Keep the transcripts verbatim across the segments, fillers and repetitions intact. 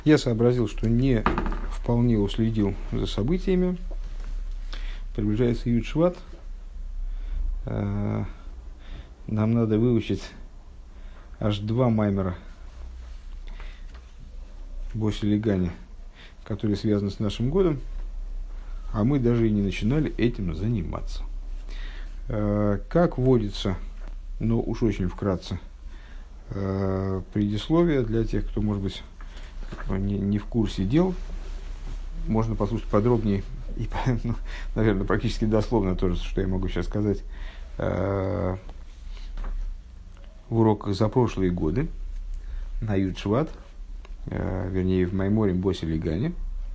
Я сообразил, что не вполне уследил за событиями. Приближается Юд Шват. Нам надо выучить аж два маймера Боси Легани, которые связаны с нашим годом, а мы даже и не начинали этим заниматься. Как водится, но уж очень вкратце, предисловие для тех, кто, может быть, не, не в курсе дел, можно послушать подробнее и, ну, наверное, практически дословно то, что я могу сейчас сказать в уроках за прошлые годы на Юд Шват, вернее, в Майморим Боси Легани.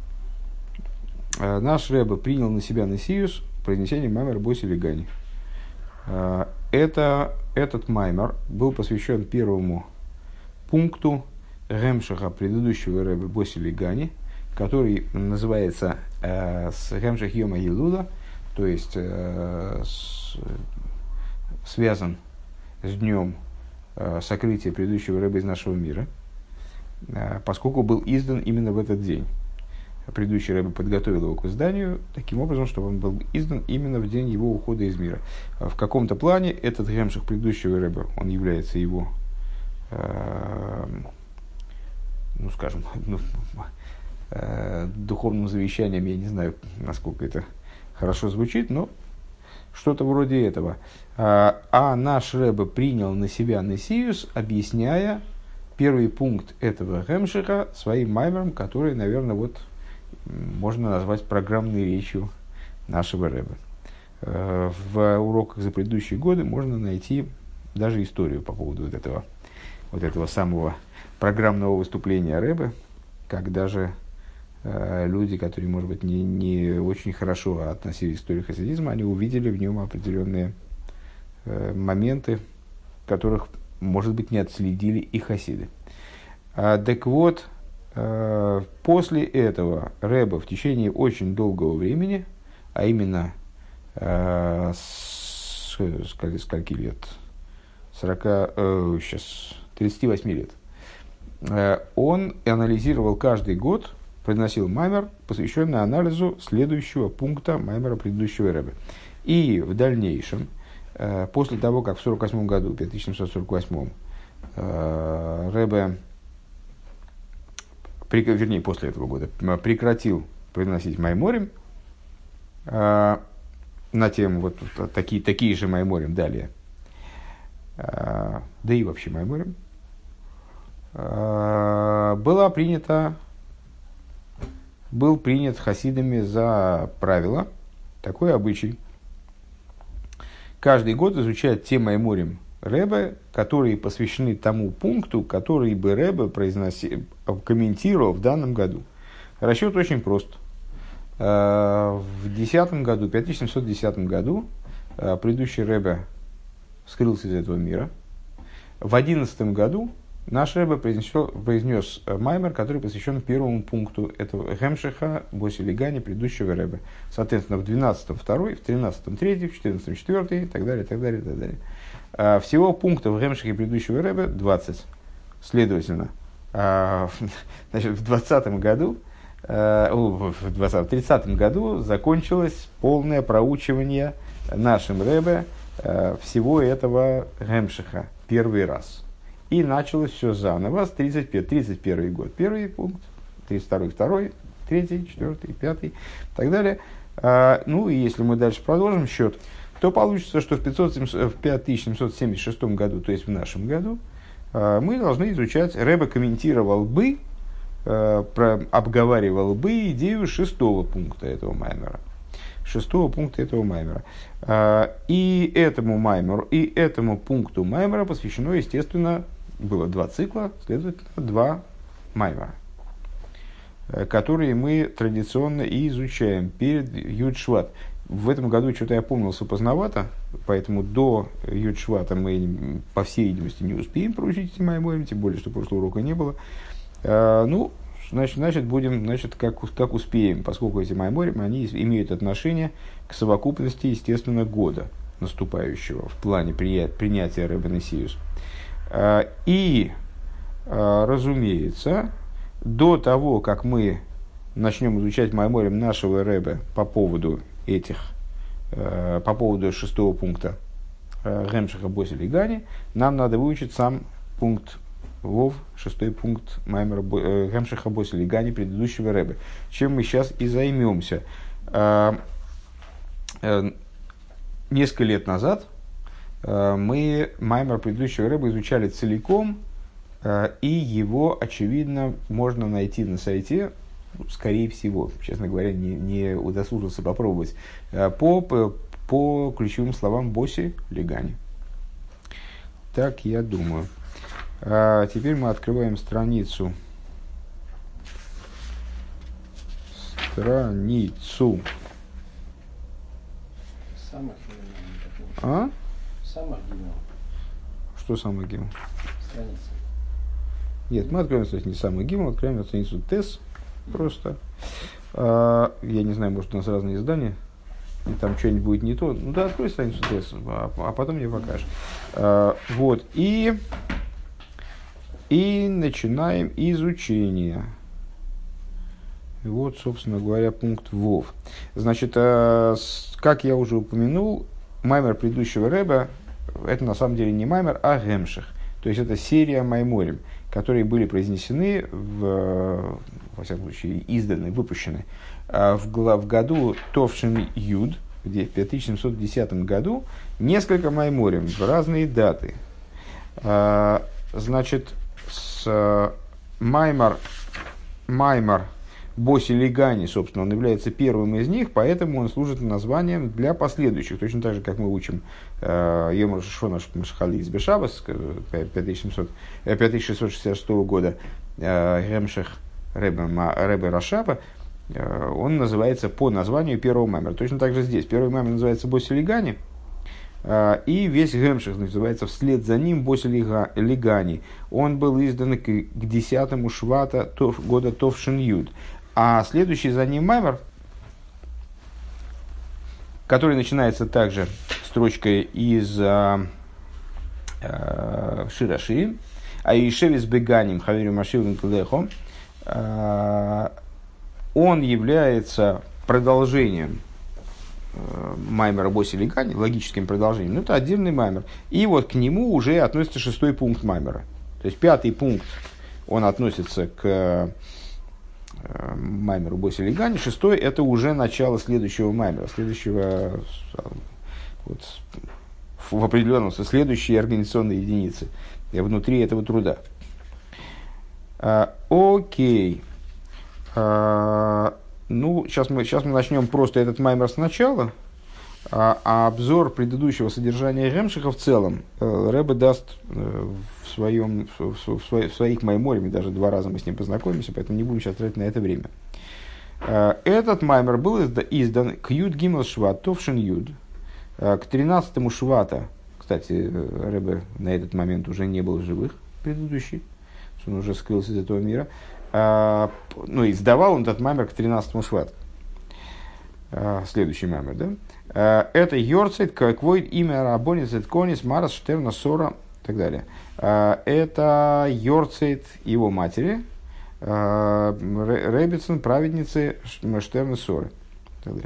Наш Ребе принял на себя Несиюс произнесение Маймер Боси Легани. Это, этот Маймер был посвящен первому пункту Гемшаха предыдущего Ребе Боси Легани, который называется э, Гемшах Йома Елуда, то есть э, с, связан с днем э, сокрытия предыдущего Ребе из нашего мира, э, поскольку был издан именно в этот день. Предыдущий Ребе подготовил его к изданию таким образом, чтобы он был издан именно в день его ухода из мира. В каком-то плане этот Гемшах предыдущего Ребе, он является его, э, ну скажем, ну, э, духовным завещанием, я не знаю, насколько это хорошо звучит, но что-то вроде этого. А, а наш Ребе принял на себя Несиюс, объясняя первый пункт этого Гемшаха своим маймером, который, наверное, вот можно назвать программной речью нашего Ребе. Э, в уроках за предыдущие годы можно найти даже историю по поводу вот этого, вот этого самого программного выступления Ребе, когда же э, люди, которые, может быть, не, не очень хорошо относились к истории хасидизма, они увидели в нем определенные э, моменты, которых, может быть, не отследили и хасиды. А, так вот, э, после этого Ребе в течение очень долгого времени, а именно э, с, скольки, скольки лет? сорока, э, сейчас, тридцати восьми лет. Он анализировал каждый год, произносил маймер, посвященный анализу следующего пункта маймера предыдущего Ребе. И в дальнейшем, после того, как в сорок восьмом году, в тысяча семьсот сорок восьмом, Ребе, вернее, после этого года, прекратил произносить майморим, на тему вот такие, такие же майморим далее, да и вообще майморим, была принята, был принят хасидами за правило, такой обычай, каждый год изучать те майморим Ребе, которые посвящены тому пункту, который бы Ребе произносил, комментировал в данном году. Расчет очень прост. В десятом году, в тысяча семьсот десятом году, предыдущий Ребе скрылся из этого мира. В одиннадцатом году наш Ребе произнес, произнес маймер, который посвящен первому пункту этого Гемшаха Боси Легани предыдущего Ребе. Соответственно, в двенадцатом второй, в тринадцатом третий, в четырнадцатом четвертый и так далее, и так далее, и так далее. А, всего пунктов в Гемшахе предыдущего Ребе двадцать. Следовательно, а, значит, в двадцатом году, а, в двадцатом, тридцатом году закончилось полное проучивание нашим Ребе а, всего этого Гемшаха первый раз. И началось все заново с тридцать первый год. Первый пункт, тридцать второй, второй, третий, четвертый, пятый и так далее. А, ну и если мы дальше продолжим счет, то получится, что в, пятьсот, в тысяча семьсот семьдесят шестом году, то есть в нашем году, а, мы должны изучать, Ребе комментировал бы, а, про, обговаривал бы идею шестого пункта этого маймера. Шестого пункта этого маймера. А, и этому маймеру, и этому пункту маймера посвящено, естественно, было два цикла, следовательно, два маймера, которые мы традиционно и изучаем перед Юд Шват. В этом году что-то я помнился поздновато, поэтому до Юд Швата мы, по всей видимости, не успеем проучить эти майморим, тем более, что прошлого урока не было. А, ну, значит, значит, будем, значит, как, как успеем, поскольку эти майморим, они имеют отношение к совокупности, естественно, года наступающего в плане принятия Ребе Несиюс. И, разумеется, до того, как мы начнем изучать Майморим нашего Ребе по поводу этих, э, по поводу шестого пункта э, Гемшеха Босель Гани, нам надо выучить сам пункт Вов, шестой пункт Маймера э, Гемшеха Босель Гани предыдущего Ребе, чем мы сейчас и займемся. Э, э, несколько лет назад э, мы Маймер предыдущего Ребе изучали целиком, э, и его, очевидно, можно найти на сайте. Скорее всего, честно говоря, не, не удосужился попробовать, по, по, по ключевым словам Боси Легани. Так я думаю. А теперь мы открываем страницу. Страницу. А? Что самый гимн? Страница. Нет, мы откроем, кстати, не самый гимн, откроем страницу Тес. Просто. А, я не знаю, может, у нас разные издания, и там что-нибудь будет не то. Ну да, открой страницу Тес, а, а потом мне покажешь. А, вот. И, и начинаем изучение. И вот, собственно говоря, пункт Вов. Значит, а, с, как я уже упомянул, маймер предыдущего Ребе, это на самом деле не маймер, а гемших. То есть это серия майморим, которые были произнесены, в, во всяком случае, изданы, выпущены в, в году Товшин Юд, в тысяча семьсот десятом году, несколько майморим в разные даты. Значит, с маймар, маймар Боси Легани, собственно, он является первым из них, поэтому он служит названием для последующих. Точно так же, как мы учим Йом Шона Шхали из Бешабас тысяча шестьсот шестьдесят шестого года Гемшех Ребе Рашаба, он называется по названию первого маймера. Точно так же здесь. Первый маймер называется Боси Легани, и весь Гемшех называется вслед за ним Боси Легани. Он был издан к десятому швата года Товшин Юд. А следующий за ним маймер, который начинается также строчкой из э, э, Шираши, а Ишевис Беганим Хаверю Машивым Клехом, э, он является продолжением э, маймера Боси Легани, логическим продолжением. Ну, это отдельный маймер. И вот к нему уже относится шестой пункт маймера. То есть пятый пункт, он относится к маймеру Боси Легани, шестой — это уже начало следующего маймера, следующего, вот, в определенном смысле, следующей организационной единицы внутри этого труда. А, окей. А, ну, сейчас мы, сейчас мы начнем просто этот маймер сначала, а, а обзор предыдущего содержания Гемшеха в целом Ребе даст в, своем, в, в, в своих майморами, даже два раза мы с ним познакомимся, поэтому не будем сейчас тратить на это время. Этот маймер был издан к Юд Гимел Шват Товшин Юд, к тринадцатому швата. Кстати, Ребе на этот момент уже не был в живых, предыдущий, он уже скрылся из этого мира. Ну, издавал он этот маймер к тринадцатому швату. Следующий маймер, да? Это Йорцейт, Квойд, имя Рабонис, Этконис, Марас, Штерна, Сора и так далее. Это Йорцейт его матери, Ребетсон, праведницы Штерна, Соры и так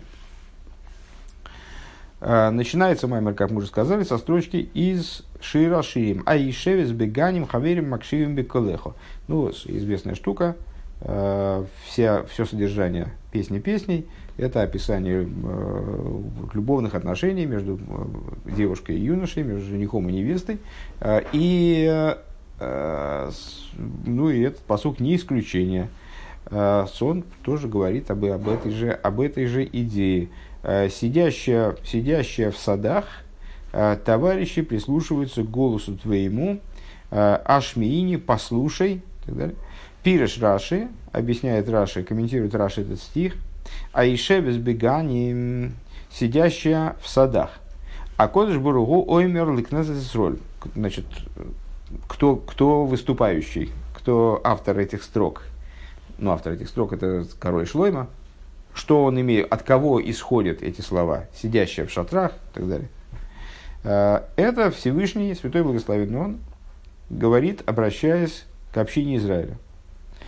далее. Начинается маймер, как мы уже сказали, со строчки из Шира Ширим. А Ишевис Беганим Хаверим Макшивим Беколехо. Ну, известная штука. Вся, все содержание песни песней — это описание э, любовных отношений между девушкой и юношей, между женихом и невестой. Э, и, э, ну, и этот пасук не исключение. Э, сон тоже говорит об, об, этой же, об этой же идее. Э, сидящая, сидящая в садах, э, товарищи прислушиваются к голосу твоему, э, Ашмиини, послушай, и так далее. Пиреш Раши, объясняет Раши, комментирует Раши этот стих, а Ишевес Бегани, сидящая в садах. А Кодыш Баругу оймер ликнезесроль. Значит, кто, кто выступающий, кто автор этих строк? Ну, автор этих строк — это король Шлойма. Что он имеет, от кого исходят эти слова? Сидящая в шатрах и так далее. Это Всевышний, Святой Благословенный Он, говорит, обращаясь к общине Израиля.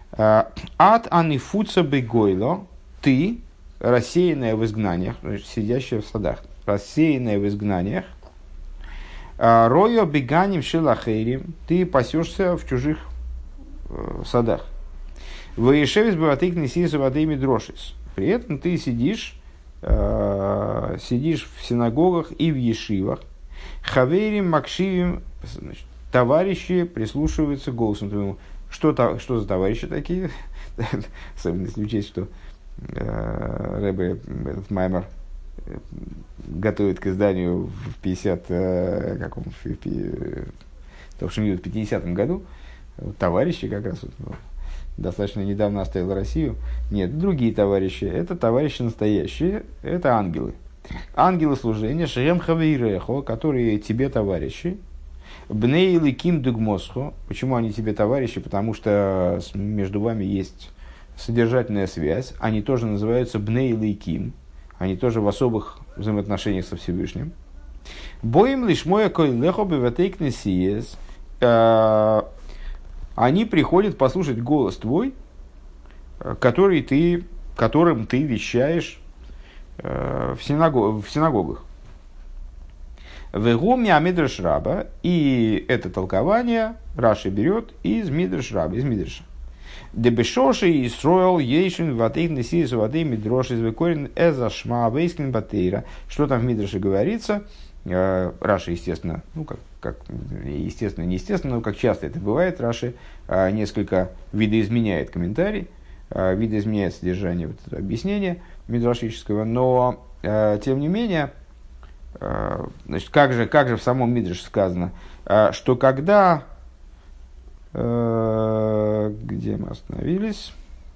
Ад анифуца бегойло, ты, рассеянная в изгнаниях, значит, сидящая в садах, рассеянная в изгнаниях, ройо беганим шилахейрим, ты пасешься в чужих э, садах. Воешевис баватык несис вадыми дрошис. При этом ты сидишь, э, сидишь в синагогах и в ешивах. Хаверим макшивим, значит, товарищи прислушиваются голосом твоему. Что, то, что за товарищи такие? Особенно если учесть, что э, Ребе этот Маймер готовит к изданию в пятидесятом, э, каком, в, в, в, в пятидесятом году. Товарищи как раз вот, ну, достаточно недавно оставил Россию. Нет, другие товарищи. Это товарищи настоящие, это ангелы. Ангелы служения, Шерем Хавейрехо, которые тебе товарищи. Бней Ликим Дугмосхо. Почему они тебе товарищи? Потому что между вами есть содержательная связь. Они тоже называются Бней Ликим. Они тоже в особых взаимоотношениях со Всевышним. Боим лишь моя койлехо беватейкнесиес. Они приходят послушать голос твой, который ты, которым ты вещаешь в, синагог, в синагогах. Вегуми амидраш раба, и это толкование Раши берет из мидраш раба, из мидраша. Дебешоши и строил ейшин ватейн несис ватей мидрош из векорин эзашма вейскин батейра. Что там в мидраше говорится? Раши, естественно, ну как, как естественно, неестественно, но как часто это бывает, Раши несколько видоизменяет комментарий, видоизменяет содержание вот этого объяснения мидрашического, но тем не менее. Значит, как же, как же в самом Мидраше сказано, что когда, где мы остановились,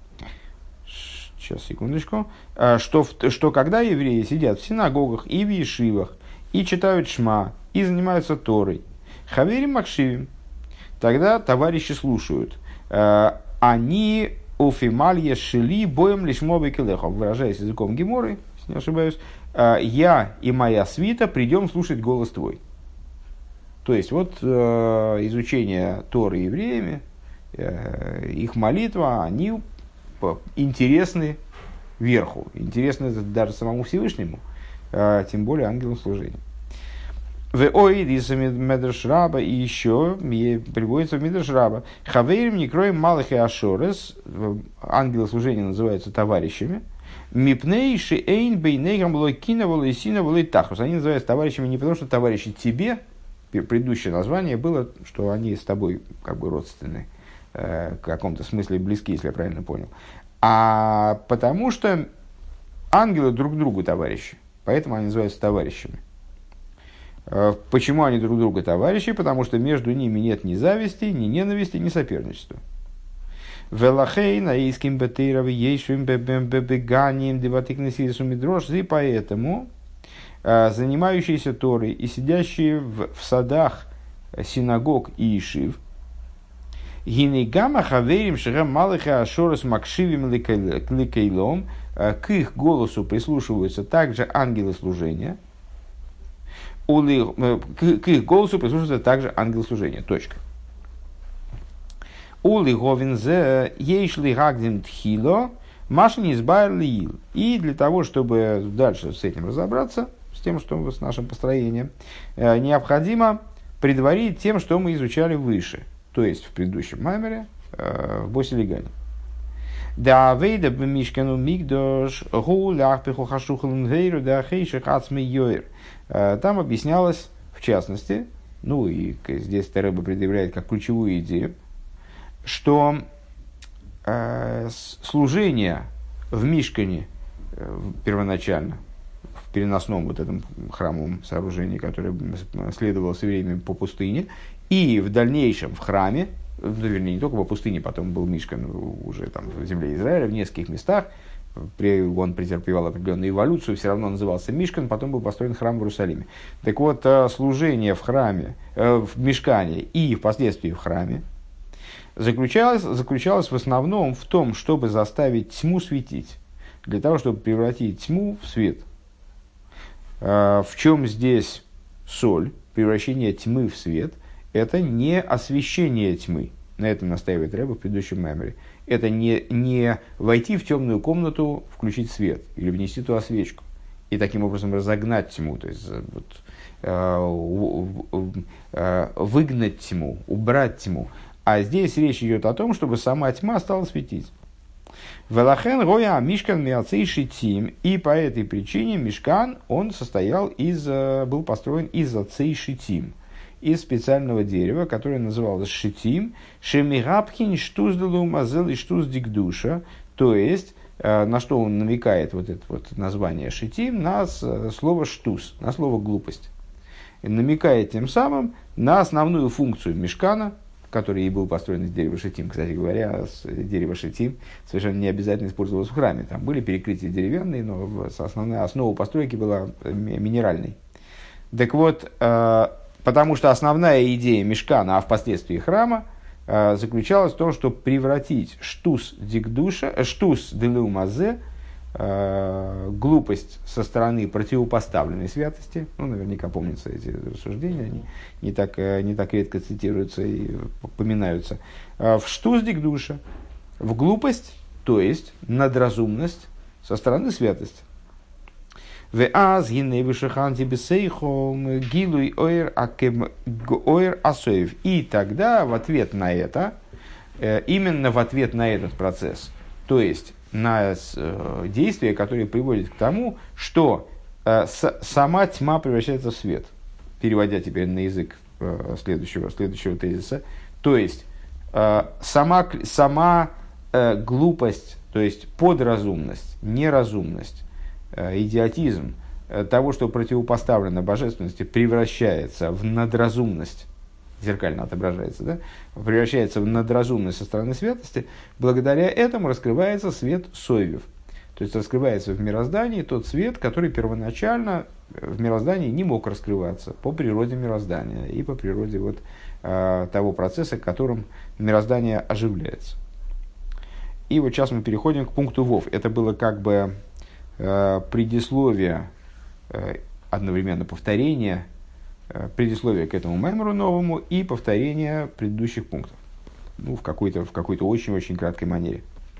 сейчас, секундочку, что, что когда евреи сидят в синагогах и в ешивах, и читают шма, и занимаются Торой, хаверим макшивим, тогда товарищи слушают, они офималье шили боем лишь мобы келехов, выражаясь языком Геморы, если не ошибаюсь, я и моя свита придем слушать голос твой. То есть, вот э, изучение Торы евреями, э, их молитва, они интересны верху, интересны даже самому Всевышнему, э, тем более ангелам служения. В Оид из Медраш Раба, и еще приводится в Медраш Раба. Хавейрим не кроем малых и ашорес, ангелы служения называются товарищами. Мипнейши эйн бейнейгам лойкина волейсина волейтахус. Они называются товарищами не потому, что товарищи тебе, предыдущее название было, что они с тобой как бы родственны, э, в каком-то смысле близки, если я правильно понял, а потому что ангелы друг другу товарищи, поэтому они называются товарищами. Э, почему они друг другу товарищи? Потому что между ними нет ни зависти, ни ненависти, ни соперничества. Велахей наиским бетейров ейшвим бебеганим деватикнесису мидрош, и поэтому занимающиеся Торой и сидящие в, в садах синагог и ешив, гинегама хаверим шерам малыха ашорас макшивим ликейлом, к их голосу прислушиваются также ангелы служения, к их голосу прислушиваются также ангелы служения. Точка. Ули говинзе ейшли гагдим тхило машин избавил лиил. И для того, чтобы дальше с этим разобраться, с тем, что с нашим построением, необходимо предварить тем, что мы изучали выше, то есть в предыдущем маймере, в Босе Легане. Да вейда бмишкану мигдош гулях пиху хашухалн гейру да хейших ацми йоир. Там объяснялось, в частности, ну и здесь Ребе предъявляет как ключевую идею, что э, служение в Мишкане э, первоначально, в переносном вот этом храмовом сооружении, которое следовало с евреями по пустыне, и в дальнейшем в храме, ну, вернее, не только по пустыне, потом был Мишкан уже там в земле Израиля, в нескольких местах, при, он претерпевал определенную эволюцию, все равно назывался Мишкан, потом был построен храм в Иерусалиме. Так вот, служение в храме, э, в Мишкане и впоследствии в храме, Заключалось, заключалось в основном в том, чтобы заставить тьму светить, для того, чтобы превратить тьму в свет. В чем здесь соль, превращение тьмы в свет? Это не освещение тьмы. На этом настаивает Ребе в предыдущем маймере. Это не, не войти в темную комнату, включить свет или внести туда свечку и таким образом разогнать тьму, то есть вот, э, э, выгнать тьму, убрать тьму. А здесь речь идет о том, чтобы сама тьма стала светить. Велахен гоя мишкан миацей шитим, и по этой причине мишкан он состоял из, был построен из ацей шитим, из специального дерева, которое называлось шитим, шемигабхин штуздалу мазел и штуз дикдуша, то есть на что он намекает вот это вот название шитим, на слово штуз, на слово глупость, и намекает тем самым на основную функцию мишкана, который и был построен из дерева шитим. Кстати говоря, дерево шитим совершенно не обязательно использовалось в храме. Там были перекрытия деревянные, но основная основа постройки была минеральной. Так вот, потому что основная идея мишкана, а впоследствии храма, заключалась в том, чтобы превратить штус дикдуша, штус делеумазе, глупость со стороны противопоставленной святости, ну, наверняка помнятся эти рассуждения, они не так, не так редко цитируются и упоминаются, в штуздик душа, в глупость, то есть надразумность со стороны святости. И тогда в ответ на это, именно в ответ на этот процесс, то есть на действия, которые приводят к тому, что э, с, сама тьма превращается в свет. Переводя теперь на язык э, следующего, следующего тезиса. То есть, э, сама, сама э, глупость, то есть подразумность, неразумность, э, идиотизм э, того, что противопоставлено божественности, превращается в надразумность, зеркально отображается, да, превращается в надразумность со стороны святости, благодаря этому раскрывается свет совев. То есть раскрывается в мироздании тот свет, который первоначально в мироздании не мог раскрываться по природе мироздания и по природе вот, э, того процесса, которым мироздание оживляется. И вот сейчас мы переходим к пункту Вов. Это было как бы э, предисловие, э, одновременно повторение, предисловие к этому маймору новому и повторение предыдущих пунктов. Ну, в какой-то, в какой-то очень-очень краткой манере.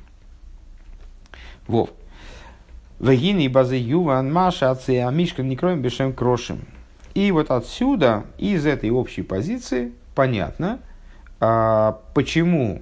Вов. Вегины базы юван маша ация мишкан не кроем бешем крошем. И вот отсюда, из этой общей позиции, понятно, а, почему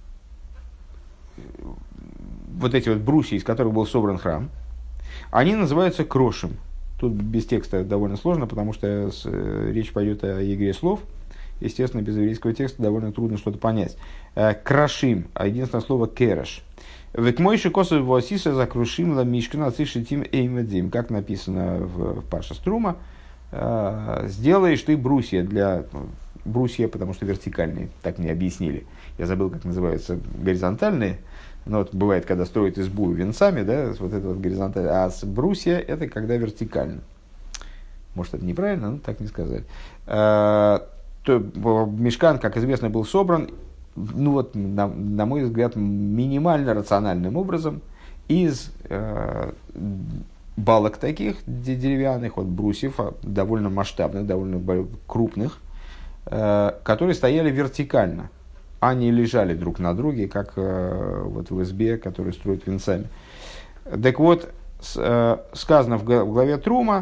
вот эти вот брусья, из которых был собран храм, они называются крошем. Тут без текста довольно сложно, потому что с, э, речь пойдет о игре слов. Естественно, без еврейского текста довольно трудно что-то понять. Э, крашим, а единственное слово кераш. Век мойши косов васиса закрушим ла мишкана цишитим эймадим. Как написано в, в Паша Струма, э, сделаешь ты брусья для... Брусья, потому что вертикальные, так мне объяснили. Я забыл, как называются горизонтальные. Но вот бывает, когда строят избу венцами, да, вот это вот горизонтально, а с брусья это когда вертикально. Может, это неправильно, но так не сказать. А, то, мишкан, как известно, был собран, ну вот, на, на мой взгляд, минимально рациональным образом из э, балок таких деревянных, вот брусьев, довольно масштабных, довольно крупных, э, которые стояли вертикально. Они лежали друг на друге, как э, вот в избе, которую строят венцами. Так вот, с, э, сказано в главе Трума,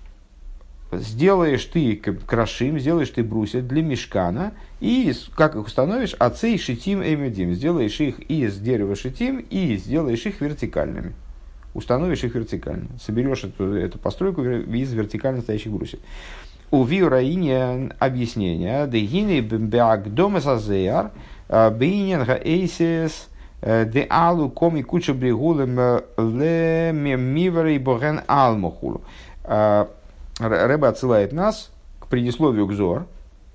сделаешь ты крашим, сделаешь ты брусья для мишкана, и как их установишь, ацей шитим эмедим, сделаешь их из дерева шитим, и сделаешь их вертикальными. Установишь их вертикально. Соберешь эту, эту постройку из вертикально стоящих брусьев. У Виураине объяснение. Дегины беагдома сазеяр бейнен хаэйсис де алу коми куча бригулем ле миварей боген алмахулу. Рэбе отсылает нас к предисловию к Зоар,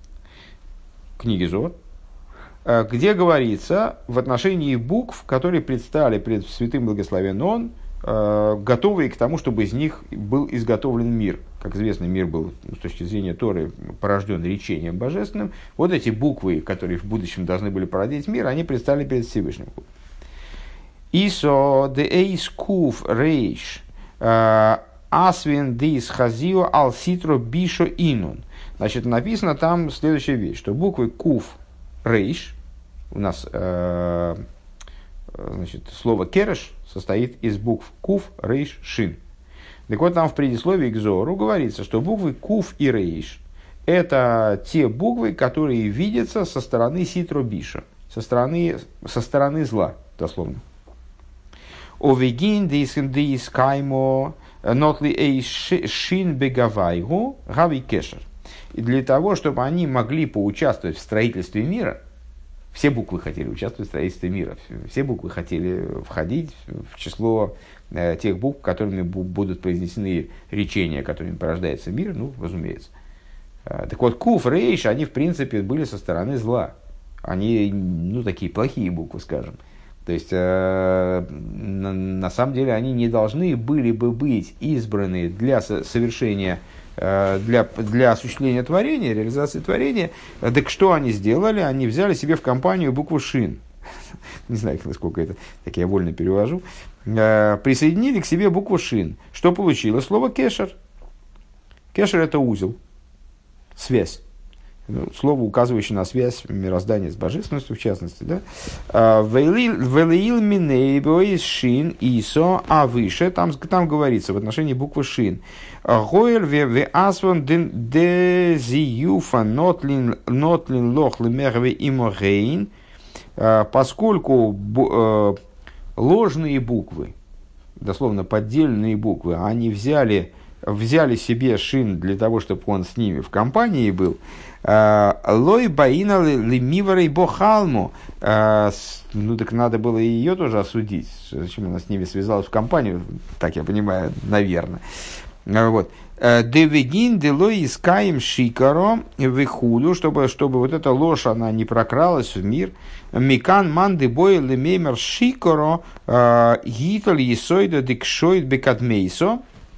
книге Зоар, где говорится в отношении букв, которые предстали пред святым благословен Он, готовые к тому, чтобы из них был изготовлен мир. Как известно, мир был с точки зрения Торы порожден речением божественным. Вот эти буквы, которые в будущем должны были породить мир, они предстали перед Всевышним. Исо де эйс куф рейш асвин дис хазио ал ситро бишо инун. Значит, написано там следующая вещь, что буквы куф рейш, у нас э, значит, слово кереш состоит из букв куф, рейш, шин. Так вот, там в предисловии к Зору говорится, что буквы куф и рейш – это те буквы, которые видятся со стороны ситро биша, со стороны, со стороны зла, дословно. Овегин дис каймо нотли эй шин бегавайгу гави кешер. И для того, чтобы они могли поучаствовать в строительстве мира, все буквы хотели участвовать в строительстве мира, все буквы хотели входить в число э, тех букв, которыми бу- будут произнесены речения, которыми порождается мир, ну, разумеется. Э, так вот, куф, рейш, они, в принципе, были со стороны зла. Они, ну, такие плохие буквы, скажем. То есть, э, на, на самом деле, они не должны были бы быть избраны для со- совершения Для, для осуществления творения, реализации творения. Так что они сделали? Они взяли себе в компанию букву шин. Не знаю, насколько это, так я вольно перевожу. Присоединили к себе букву шин. Что получилось? Слово кешер. Кешер – это узел, связь. Слово, указывающее на связь мироздания с божественностью, в частности. «Велеил минейбо из шин исо», а выше, там, там говорится в отношении буквы шин. «Гоэль ве асван дезиюфа нотлин лох лемерве имогейн», поскольку ложные буквы, дословно поддельные буквы, они взяли, взяли себе шин для того, чтобы он с ними в компании был, лой баина лимиварей бохалму. Ну так надо было и ее тоже осудить. Зачем она с ними связалась в компанию? Так я понимаю, наверное. Вот. Девегин делой искаем шикаром вихулю, чтобы, чтобы вот эта ложь она не прокралась в мир. Микан манды бой лемеймер шикаро гитал есойда дикшойд бекатмейсо.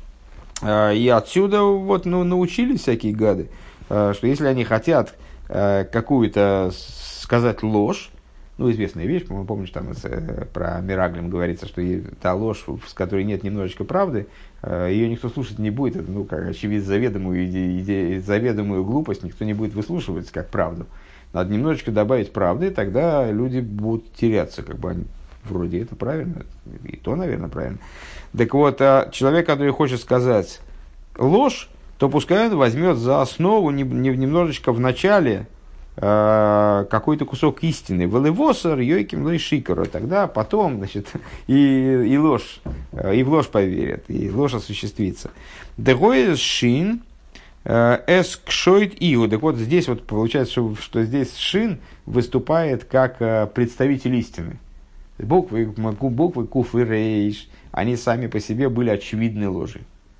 И отсюда вот, ну, научились всякие гады, что если они хотят какую-то сказать ложь, ну, известная вещь, мы помним, что там про Мираглим говорится, что та ложь, в которой нет немножечко правды, ее никто слушать не будет, это, ну, как очевидно, заведомую, иде, иде, заведомую глупость никто не будет выслушивать как правду. Надо немножечко добавить правды, тогда люди будут теряться, как бы они, вроде это правильно, и то, наверное, правильно. Так вот, человек, который хочет сказать ложь, то пускай он возьмет за основу не, не, немножечко в начале э, какой-то кусок истины. Велевосер, йойким лейшикару. Тогда потом, значит, и, и ложь, и в ложь поверят, и ложь осуществится. Дегоэс шин эс кшойт игу. Так вот, здесь вот получается, что, что здесь шин выступает как представитель истины. Буквы, буквы куф и рейш, они сами по себе были очевидной ложью.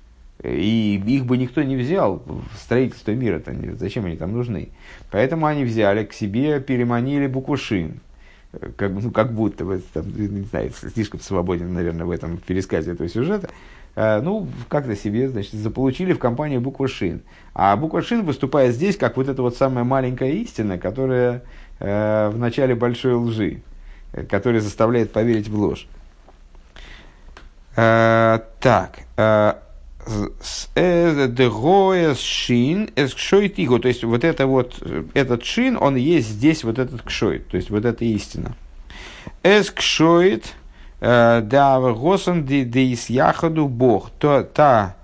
И их бы никто не взял в строительство мира. Зачем они там нужны? Поэтому они взяли к себе, переманили букву шин. Как, ну, как будто, там, не знаю, слишком свободен, наверное, в этом пересказе этого сюжета. Ну, как-то себе, значит, заполучили в компанию букву шин. А буква шин выступает здесь как вот эта вот самая маленькая истина, которая э, в начале большой лжи, которая заставляет поверить в ложь. Э, так. Э, шин, то есть вот это вот, этот шин, он есть здесь вот этот кшойт, то есть вот эта истина. Эс кшойт да госен дис яхаду бог, то та,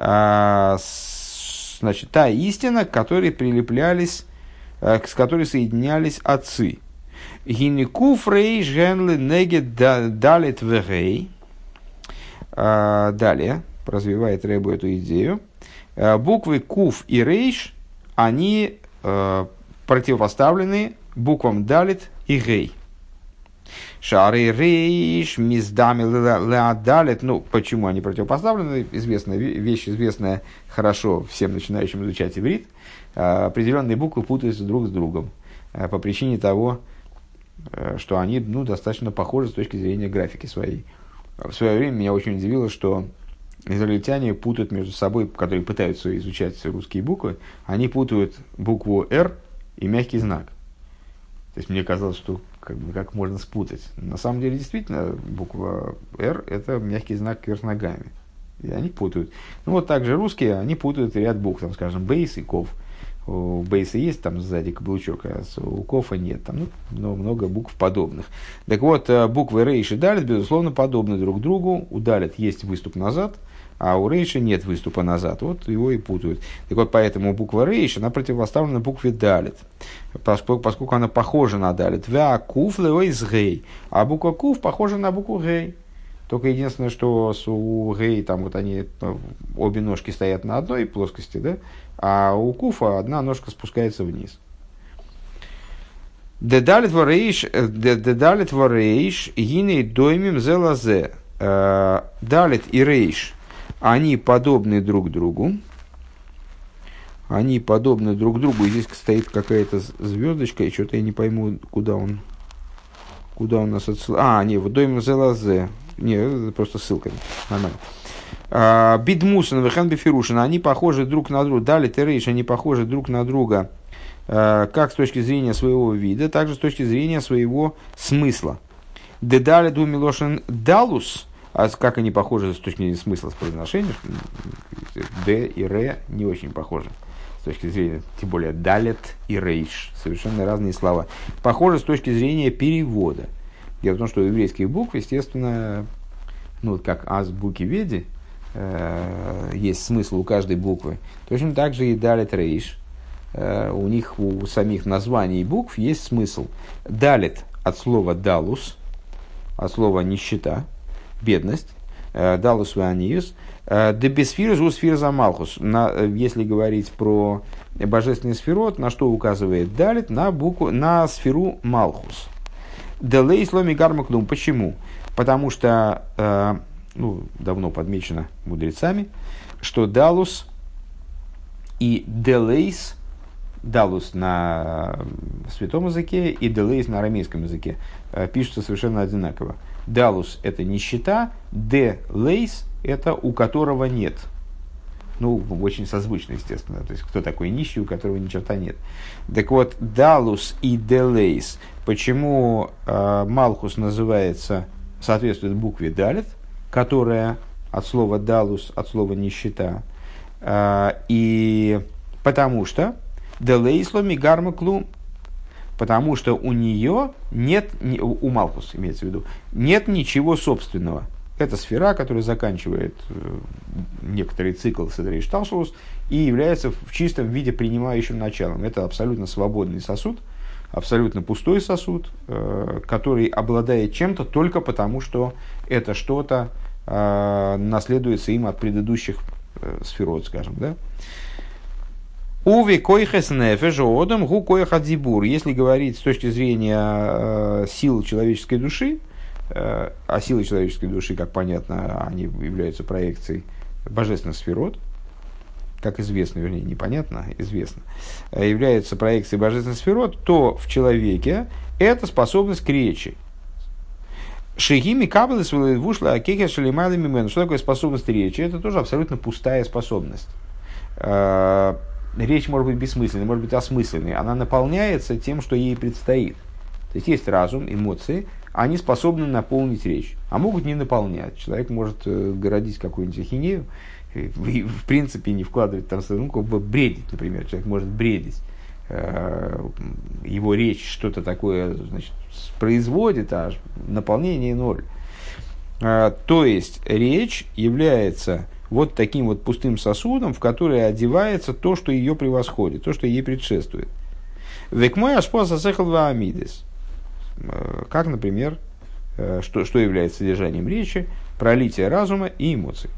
значит, та истина, к которой прилеплялись, с которой соединялись отцы. Гинеку фрей женли неге далит вегей. Далее развивает Ребу эту идею. Буквы Куф и Рейш, они э, противопоставлены буквам Далит и Гей. Шары Рейш, Миздами Далит. Ну, почему они противопоставлены? Известная вещь, известная хорошо всем начинающим изучать иврит. Э, определенные буквы путаются друг с другом э, по причине того, э, что они, ну, достаточно похожи с точки зрения графики своей. В свое время меня очень удивило, что израильтяне путают между собой, которые пытаются изучать русские буквы, они путают букву «Р» и мягкий знак. То есть мне казалось, что как, бы, как можно спутать. На самом деле, действительно, буква «Р» – это мягкий знак кверх ногами. И они путают. Ну вот также русские, они путают ряд букв, там, скажем, «бейс» и «ков». у бейса есть там сзади каблучок, а у кофа нет. Там ну, много букв подобных. Так вот, буквы рейш и далит, безусловно, подобны друг другу. У далит есть выступ назад, а у рейша нет выступа назад. Вот его и путают. Так вот, поэтому буква рейш, она противопоставлена букве далит, поскольку, поскольку она похожа на далит. Вя куф леойс гей. А буква куф похожа на букву гей. Только единственное, что у гей, там вот они, обе ножки стоят на одной плоскости, да? А у куфа одна ножка спускается вниз. Дедалит варейш, дедалит варейш, гиней доймим зелазе. Далит и рейш, они подобны друг другу. Они подобны друг другу. И здесь стоит какая-то звездочка, и что-то я не пойму, куда он, куда он нас отсылает. А, не, вот доймим зелазе. Не, это просто ссылка. Нормально. Бидмусан, Вехан Бефирушин, они похожи друг на друга. Далит и рейш, они похожи друг на друга как с точки зрения своего вида, так же с точки зрения своего смысла. Дедалит у Милошин Далус, а как они похожи с точки зрения смысла, с произношением, Д и Р не очень похожи. С точки зрения, тем более, далит и рейш. Совершенно разные слова. Похожи с точки зрения перевода. Дело в том, что у еврейских букв, естественно, ну, как азбуки Веди, э, есть смысл у каждой буквы. Точно так же и далит рейш. Э, у них, у самих названий букв есть смысл. Далит от слова далус, от слова нищета, бедность. Э, далус ваниус. Дебесфир зу сфир за малхус. Если говорить про божественный сферот, на что указывает далит? На букву, на сферу малхус. Делей сломи гармаклум. Почему? Потому что, э, ну, давно подмечено мудрецами, что далус и делейс, далус на святом языке и делейс на арамейском языке, э, пишутся совершенно одинаково. Далус – это нищета, делейс – это у которого нет. Ну, очень созвучно, естественно. То есть, кто такой нищий, у которого ни черта нет. Так вот, далус и делейс. Почему э, малхус называется, соответствует букве далит, которая от слова далус, от слова нищета. Э, и потому что делейсло мигарма клум. Потому что у нее нет, у малхус имеется в виду, нет ничего собственного. Это сфера, которая заканчивает некоторый цикл Седрей Шталшус и является в чистом виде принимающим началом. Это абсолютно свободный сосуд, абсолютно пустой сосуд, который обладает чем-то только потому, что это что-то наследуется им от предыдущих сферот, скажем. Да? Уви койхес нефеш одам гу койха дибур. Если говорить с точки зрения сил человеческой души, а силы человеческой души, как понятно, они являются проекцией божественных сферот, как известно, вернее, непонятно, известно, являются проекцией божественных сферот, то в человеке это способность к речи. Шигими кабелес вышла акеха шалимали мимен. Что такое способность речи? Это тоже абсолютно пустая способность. Речь может быть бессмысленной, может быть осмысленной. Она наполняется тем, что ей предстоит. То есть есть разум, эмоции, они способны наполнить речь, а могут не наполнять. Человек может э, городить какую-нибудь ахинею и, и в принципе не вкладывать там, ну, как бы бредить, например. Человек может бредить. Э, его речь что-то такое, значит, производит, а наполнение ноль. Э, то есть речь является вот таким вот пустым сосудом, в который одевается то, что ее превосходит, то, что ей предшествует. Век мой ашпоса сехал ваамидес. Как, например, что, что является содержанием речи, пролитие разума и эмоций.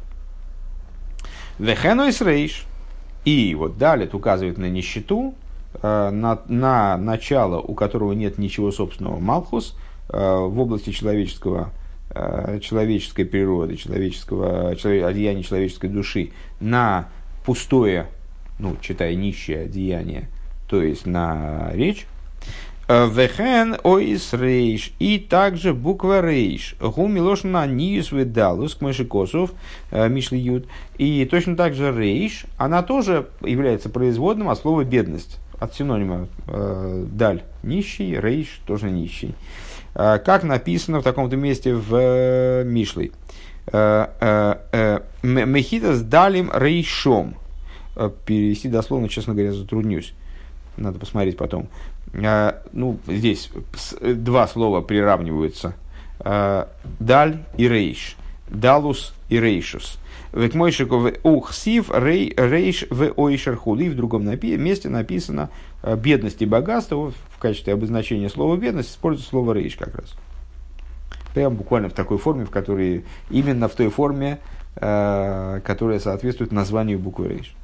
Вехенойс рейш. И вот далее указывает на нищету, на, на начало, у которого нет ничего собственного, малхус, в области человеческого, человеческой природы, человеческого, одеяния человеческой души, на пустое, ну, читай, нищее одеяние, то есть на речь. Вехен оис рейш. И также буква рейш. Гу милошна ниюс ведалус, к мышикосов, мишли ют. И точно так же рейш, она тоже является производным от слова бедность. От синонима э, даль нищий, рейш тоже нищий. Э, как написано в таком-то месте в э, Мишлей. Мехитас далим рейшом. перевести дословно, честно говоря, затруднюсь. Надо посмотреть потом. Ну, здесь два слова приравниваются. Даль и рейш. Далус и рейшус. Век мойшиков ухсив рейш в ойшерхуд. И в другом месте написано бедность и богатство. В качестве обозначения слова бедность используется слово рейш как раз. Прямо буквально в такой форме, в которой, именно в той форме, которая соответствует названию буквы рейш.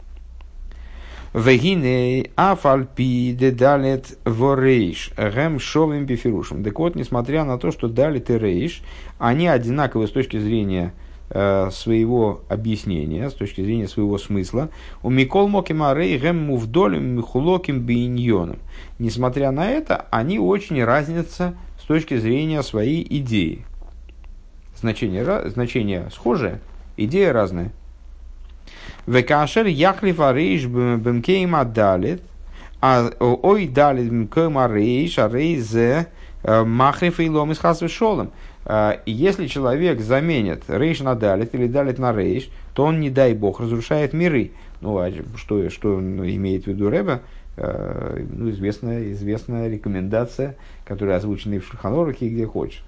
Вегине афальпи де далет ворейш гэм шовим бифирушем. Так вот, несмотря на то, что далет и рейш, они одинаковы с точки зрения э, своего объяснения, с точки зрения своего смысла. У микол мокима рей гэм мувдолем михулоким биньоном. Несмотря на это, они очень разнятся с точки зрения своей идеи. Значение, значение схожее, идея разная. Векашер яхлифа рейш бэмкейма далит, а ой далит бэмкейма рейш, а рейзе махриф и лом из хасвы шолом. Если человек заменит рейш на далит или далит на рейш, то он, не дай бог, разрушает миры. Ну, а что, что имеет в виду Ребе? Ну, известная, известная рекомендация, которая озвучена и в Шульхан Орухе, и где хочешь.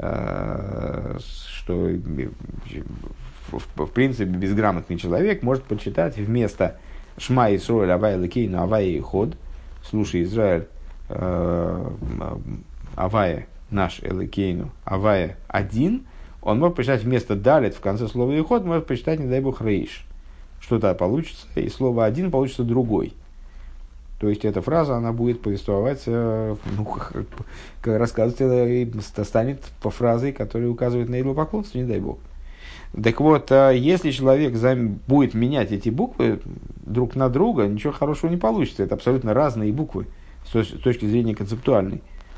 Что в принципе безграмотный человек может почитать вместо Шма Исроэль Авай Элокейну Авай Ход, слушай, Израиль, Авая наш Элокейну Авая один, он может почитать вместо Далит в конце слова Иход, может почитать, не дай бог, Рейш. Что-то получится, и слово один получится другой. То есть эта фраза, она будет повествовать, ну, как, как рассказывать, станет по фразе, которая указывает на идолопоклонство, не дай бог. Так вот, если человек будет менять эти буквы друг на друга, ничего хорошего не получится. Это абсолютно разные буквы с точки зрения концептуальной.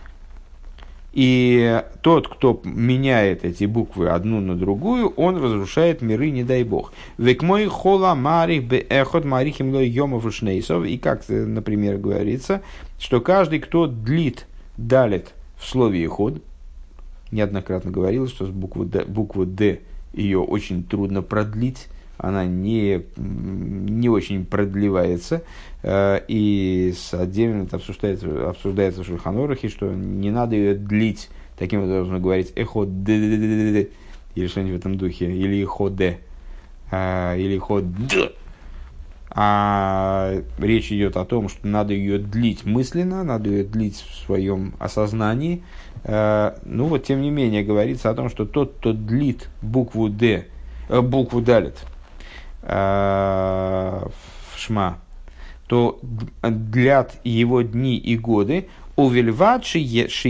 И тот, кто меняет эти буквы одну на другую, он разрушает миры, не дай бог. Век мой хола марих бе эхот марихим лой йомов шнейсов. И как, например, говорится, что каждый, кто длит далит в слове эход, неоднократно говорилось, что буква Д, буква Д ее очень трудно продлить, она не, не очень продлевается, и отдельно это обсуждается, обсуждается в Шульхан Орухе, что не надо ее длить, таким образом говорить эхо д, или что-нибудь в этом духе, или эхо д, или эхо д. А речь идет о том, что надо ее длить мысленно, надо ее длить в своем осознании. Ну вот, тем не менее, говорится о том, что тот, кто длит букву «Д», букву «Далит» в Шма, то длят его дни и годы. Увельвадши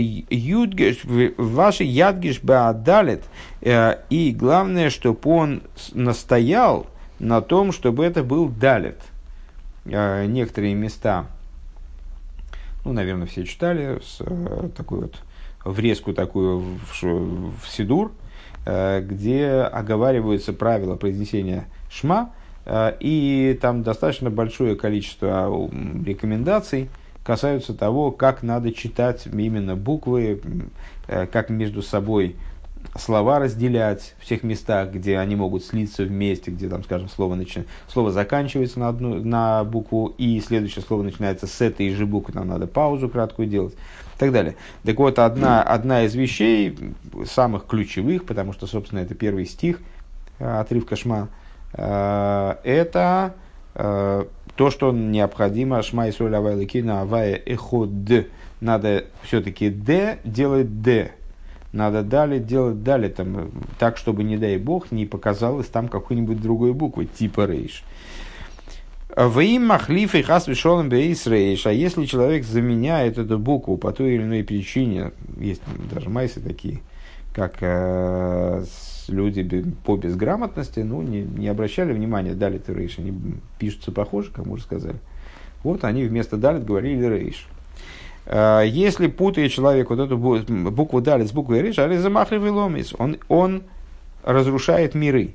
ваши ядгиш баадалит. И главное, чтобы он настоял на том, чтобы это был далит. Некоторые места, ну, наверное, все читали, с такой вот врезку такую в, в Сидур, где оговариваются правила произнесения Шма, и там достаточно большое количество рекомендаций касаются того, как надо читать именно буквы, как между собой слова разделять в тех местах, где они могут слиться вместе, где, там, скажем, слово, начи... слово заканчивается на, одну, на букву И, следующее слово начинается с этой же буквы, нам надо паузу краткую делать и так далее. Так вот, одна, одна из вещей, самых ключевых, потому что, собственно, это первый стих отрывка Шма, это то, что необходимо Шма Исроэль Авай Элокейну Авай Эход. Надо все-таки Д делать Д. Надо далее делать далее, там, так, чтобы, не дай бог, не показалось там какой-нибудь другой буквы, типа рейш. Ваим махлиф и хас вишолом бейс рейш. А если человек заменяет эту букву по той или иной причине, есть даже майсы такие, как э, люди по безграмотности, ну, не, не обращали внимания, далит и рейш, они пишутся похоже, как мы уже сказали. Вот они вместо далит говорили рейш. Если путает человек вот эту букву далит с буквой рейш, он, он разрушает миры.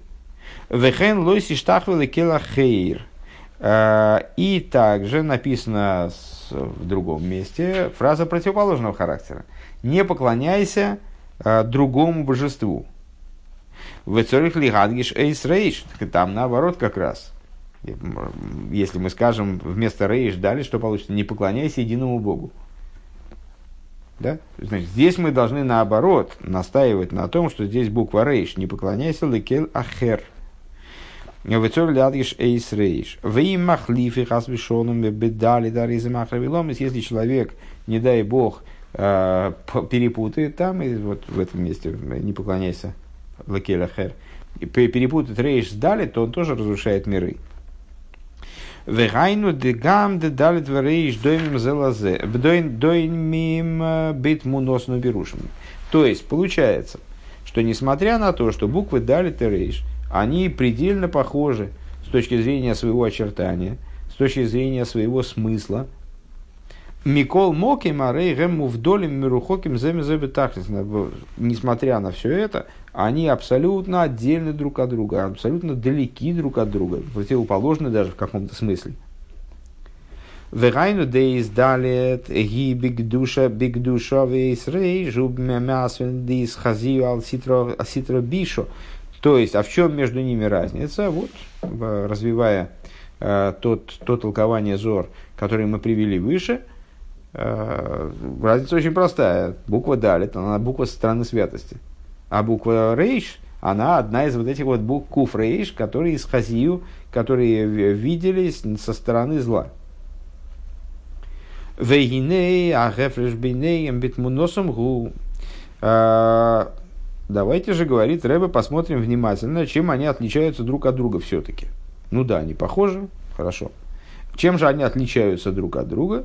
И также написано в другом месте фраза противоположного характера. Не поклоняйся другому божеству. Там наоборот как раз. Если мы скажем вместо рейш дали, что получится? Не поклоняйся единому Богу. Да? Значит, здесь мы должны наоборот настаивать на том, что здесь буква рейш. Не поклоняйся лекел ахер. Если человек, не дай бог, перепутает там, и вот в этом месте не поклоняйся лекел ахер, перепутает рейш с далит, то он тоже разрушает миры. То есть получается, что несмотря на то, что буквы далит и рейш, они предельно похожи с точки зрения своего очертания, с точки зрения своего смысла. Микол моким арей гэмму вдолем мирухоким зэмэзэбэтахлис. Несмотря на все это, они абсолютно отдельны друг от друга, абсолютно далеки друг от друга, противоположны даже в каком-то смысле. Вегайну дейс далет ги бигдуша бигдуша вейс рей жуб мямясвен дейс хазию ал ситро бишо. То есть, а в чем между ними разница? Вот, развивая э, тот, то толкование Зор, которое мы привели выше, э, разница очень простая. Буква Далит, она буква со стороны святости. А буква Рейш, она одна из вот этих вот букв Куф Рейш, которые из Хазию, которые виделись со стороны зла. Вейгиней, агефреш бейнеем битмуносом гу. Давайте же, говорит Ребе, посмотрим внимательно, чем они отличаются друг от друга все-таки. Ну да, они похожи, хорошо. Чем же они отличаются друг от друга?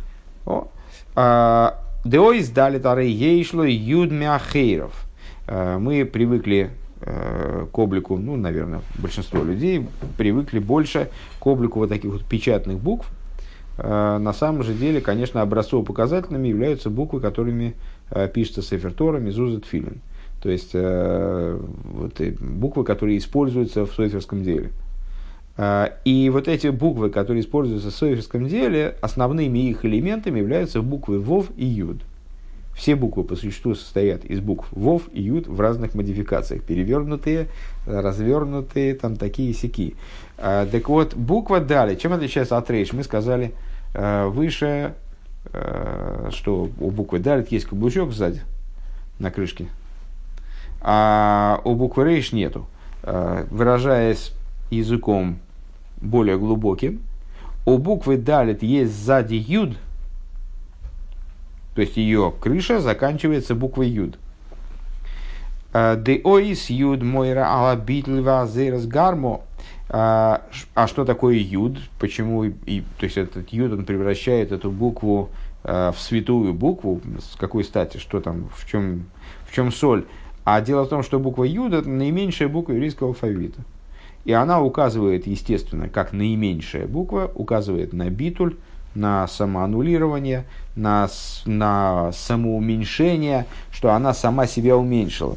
Деоис далит арей ейшло юд мяхейров. Мы привыкли к облику, ну, наверное, большинство людей привыкли больше к облику вот таких вот печатных букв. На самом же деле, конечно, образцово-показательными являются буквы, которыми пишется Сефер Тора, Мезуза, Тфилин. То есть, э, вот, буквы, которые используются в соферском деле. Э, и вот эти буквы, которые используются в соферском деле, основными их элементами являются буквы Вов и Юд. Все буквы по существу состоят из букв Вов и Юд в разных модификациях. Перевернутые, развернутые, там такие-сякие. Э, так вот, буква Дали, чем отличается от Рейш? Мы сказали э, выше, э, что у буквы Дали есть каблучок сзади, на крышке. А у буквы Рейш нету. Выражаясь языком более глубоким, у буквы Далит есть сзади Юд, то есть ее крыша заканчивается буквой Юд. Де оис Юд мойра ала битльва зерас гармо. А что такое Юд? Почему? И, то есть этот Юд, он превращает эту букву в святую букву. С какой стати? Что там? В чем, в чем соль? А дело в том, что буква Юд – это наименьшая буква еврейского алфавита. И она указывает, естественно, как наименьшая буква, указывает на битуль, на самоаннулирование, на, на самоуменьшение, что она сама себя уменьшила.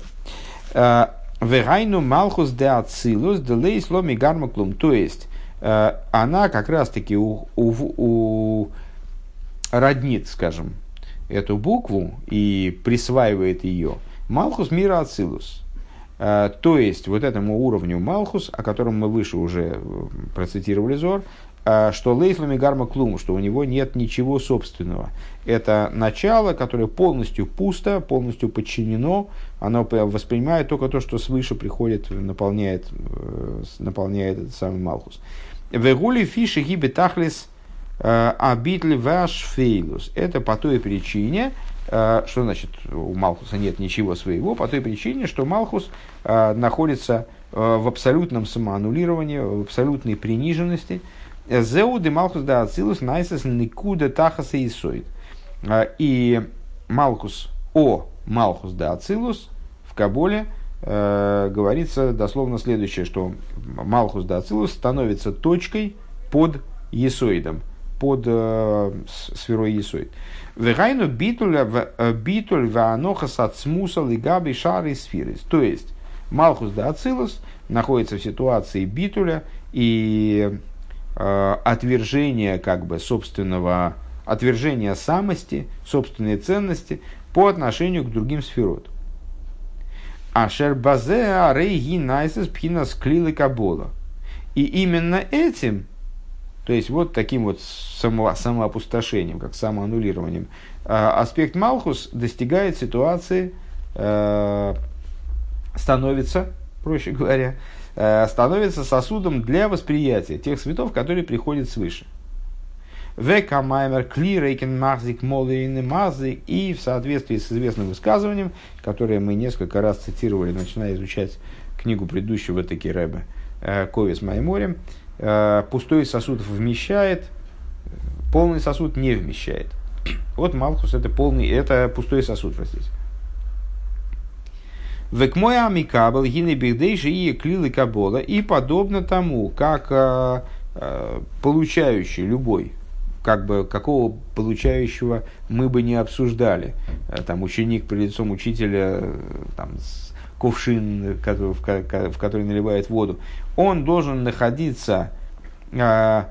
«Вегайну малхус де ацилус де лейс ломи гармаклум». То есть, она как раз-таки у, у, у, роднит, скажем, эту букву и присваивает ее Малхус мира ацилус. То есть, вот этому уровню Малхус, о котором мы выше уже процитировали Зор, что лейфлами гарма клум, что у него нет ничего собственного. Это начало, которое полностью пусто, полностью подчинено, оно воспринимает только то, что свыше приходит, наполняет, наполняет этот самый Малхус. Вегули фиши гиби тахлис абитли ваш фейлус. Это по той причине, что значит у Малхуса нет ничего своего, по той причине, что Малхус находится в абсолютном самоаннулировании, в абсолютной приниженности. Зеуды Малхус да Ацилус найсес никуда тахаса и соид. И Малхус, о Малхус да Ацилус в Каболе э, говорится дословно следующее, что Малхус да Ацилус становится точкой под Есоидом, под э, сферой Есоид. Вегайну битуль битуль ваанохас ацмуса лигаби шары сферис. То есть Малхус да Ацилус находится в ситуации битуля и отвержение как бы собственного, отвержение самости, собственной ценности по отношению к другим сферот. Ашер базе арейги найсес пхинас клилы кабола. И именно этим, то есть вот таким вот само, самоопустошением, как самоаннулированием, аспект Малхус достигает ситуации, становится, проще говоря, становится сосудом для восприятия тех светов, которые приходят свыше. И в соответствии с известным высказыванием, которое мы несколько раз цитировали, начиная изучать книгу предыдущего таки Ребе Ковец Майморем, пустой сосуд вмещает, полный сосуд не вмещает. Вот Малхус это полный, это пустой сосуд, простите. Векмой амикабл гины бигдейши и клилы кабола, и подобно тому, как а, а, получающий любой, как бы какого получающего мы бы не обсуждали, там ученик при лицом учителя, там кувшин, который, в, в который наливает воду, он должен находиться а,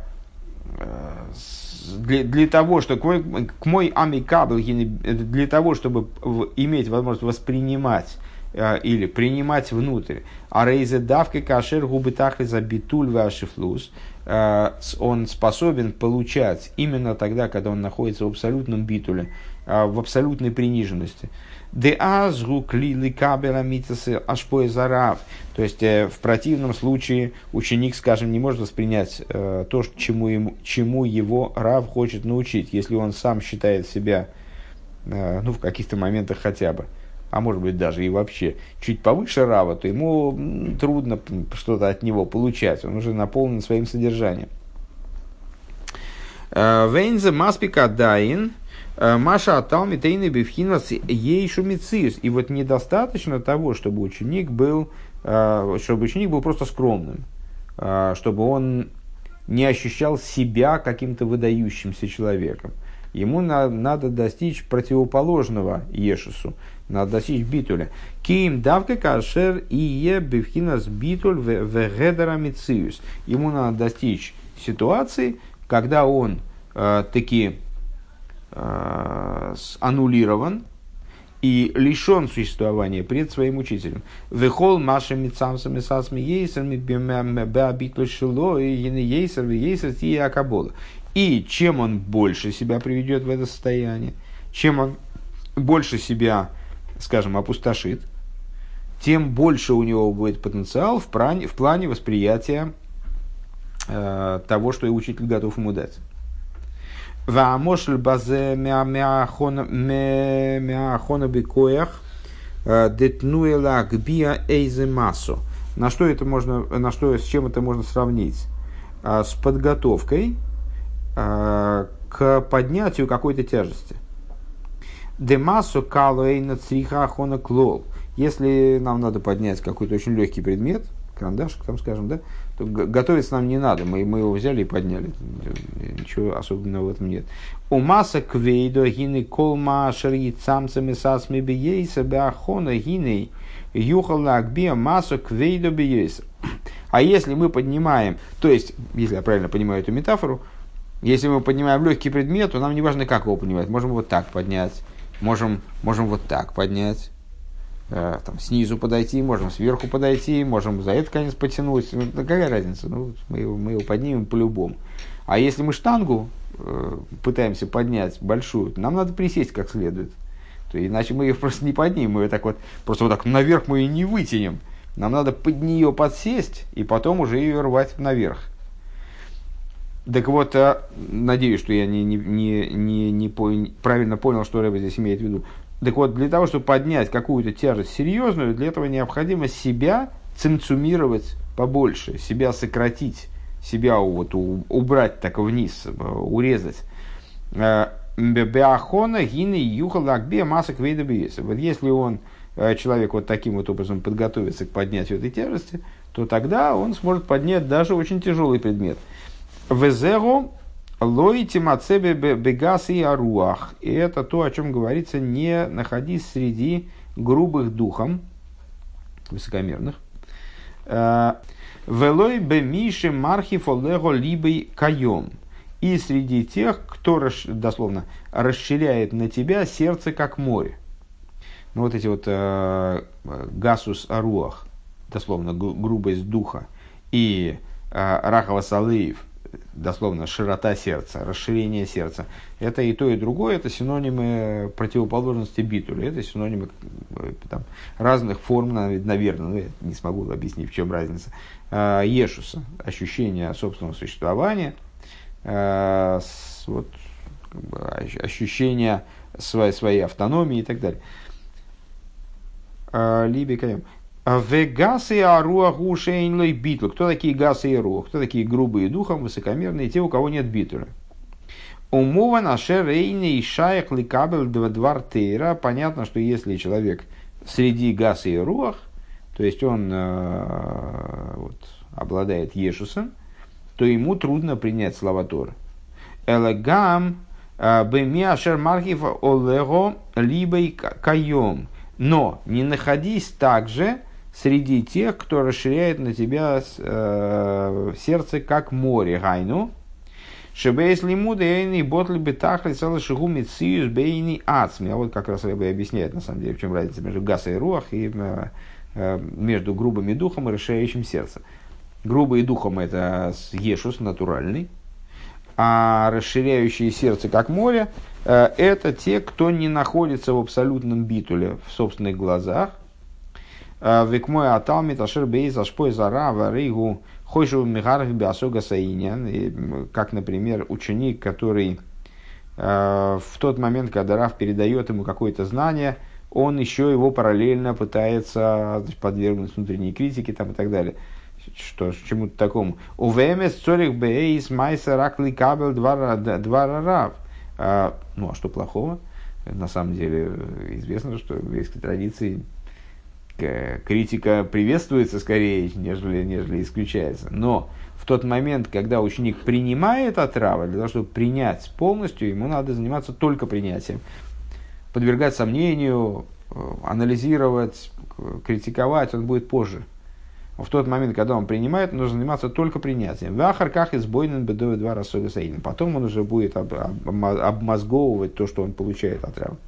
для, для того, что к мой амикабл, для того, чтобы иметь возможность воспринимать или принимать внутрь. А рейзе давка кашер губы тахли за битуль вашифлус. Он способен получать именно тогда, когда он находится в абсолютном битуле, в абсолютной приниженности. Де азгу клили кабела митасы ашпой зарав. То есть в противном случае ученик, скажем, не может воспринять то, чему, ему, чему его рав хочет научить, если он сам считает себя, ну, в каких-то моментах хотя бы, а может быть даже и вообще чуть повыше рава, то ему трудно что-то от него получать, он уже наполнен своим содержанием. Вейнзе маспика дайн маша аталми тейны бифхинас ейшу мициус. И вот недостаточно того, чтобы ученик был, чтобы ученик был просто скромным, чтобы он не ощущал себя каким-то выдающимся человеком. Ему на, надо достичь противоположного ешесу, надо достичь битуля. Ким давка кашер и е бифхинас битуль вегедера мициус. Ему надо достичь ситуации, когда он э, таки э, аннулирован и лишен существования пред своим учителем. Вехол машем мицамсами сасми ейсерми беабитлю шило и ейсер ейсер тия акабола. И чем он больше себя приведет в это состояние, чем он больше себя, скажем, опустошит, тем больше у него будет потенциал в плане, в плане восприятия э, того, что и учитель готов ему дать. На что это можно, на что, с чем это можно сравнить? С подготовкой к поднятию какой-то тяжести. Демасу калуэйна цриха хона клол. Если нам надо поднять какой-то очень легкий предмет, карандашик, там, скажем, да, то готовиться нам не надо. Мы, мы его взяли и подняли. Ничего особенного в этом нет. У масса квейдо гины колма шари цамцами сасми биейса беахона гины юхала акбия массу квейдо биейса. А если мы поднимаем, то есть, если я правильно понимаю эту метафору, если мы поднимаем легкий предмет, то нам не важно, как его поднимать. Можем вот так поднять, можем, можем вот так поднять, э, там, снизу подойти, можем сверху подойти, можем за этот конец потянуть. Ну, какая разница? Ну, мы, его, мы его поднимем по-любому. А если мы штангу э, пытаемся поднять большую, нам надо присесть как следует. То, иначе мы ее просто не поднимем. Мы ее так вот, просто вот так наверх мы ее не вытянем. Нам надо под нее подсесть и потом уже ее рвать наверх. Так вот, надеюсь, что я не, не, не, не, не по, правильно понял, что Ребе здесь имеет в виду. Так вот, для того, чтобы поднять какую-то тяжесть серьезную, для этого необходимо себя цимцумировать побольше, себя сократить, себя вот убрать так вниз, урезать. Беахона гины юхал акбе масок вейда биеса. Вот если он, человек, вот таким вот образом подготовится к поднятию этой тяжести, то тогда он сможет поднять даже очень тяжелый предмет. Везеро лоити мацебе бегас и аруах. И это то, о чем говорится: не находись среди грубых духом, высокомерных. Велой бе миши мархи фолего либой кайом. И среди тех, кто, дословно, расширяет на тебя сердце, как море. Ну, вот эти вот э, гасус аруах, дословно, грубость духа, и Рахава Салеев, дословно широта сердца, расширение сердца. Это и то, и другое, это синонимы противоположности битуля, это синонимы там, разных форм, наверное, ну, я не смогу объяснить, в чем разница. Ешуса, ощущение собственного существования, вот, как бы, ощущение своей, своей автономии и так далее. Либи каем. Вегасы аруаху шейнлой битл. Кто такие гасы и рух? Кто такие грубые духом, высокомерные, те, у кого нет битуля? Умова наша рейни и шаях ликабель двар тейра. Понятно, что если человек среди гасы и рух, то есть он э, вот, обладает ешусом, то ему трудно принять слова Торы. Элагам бемиашер мархив олего либо кайом. Но не находись также среди тех, кто расширяет на тебя э, сердце, как море. Гайну. Шебейс лимуд эйни ботли бетахли целый шигу мициюс бейни ацми. А вот как раз Ребе объясняет, на самом деле, в чем разница между гаса и руах и э, э, между грубым духом и расширяющим сердце. Грубый духом это ешус натуральный, а расширяющие сердце, как море, э, это те, кто не находится в абсолютном битуле в собственных глазах. Век мой аталмит ашер бейз ашпой зара варейгу хойшу мигарах биасога саинян. Как, например, ученик, который э, в тот момент, когда Рав передает ему какое-то знание, он еще его параллельно пытается, значит, подвергнуть внутренней критике там, и так далее. Что, чему-то такому. У ВМС цорих бейз майса ракли кабель два рав. Ну, а что плохого? На самом деле, известно, что в еврейской традиции критика приветствуется скорее, нежели, нежели исключается. Но в тот момент, когда ученик принимает от Рава, для того, чтобы принять полностью, ему надо заниматься только принятием. Подвергать сомнению, анализировать, критиковать он будет позже. В тот момент, когда он принимает, нужно заниматься только принятием. В ахарках избойнен бедовый два рассода саидин. Потом он уже будет об, об, обмозговывать то, что он получает от Рава.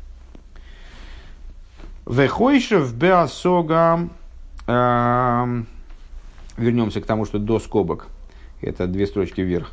Вехойшев беасога. Вернемся к тому, что до скобок. Это две строчки вверх.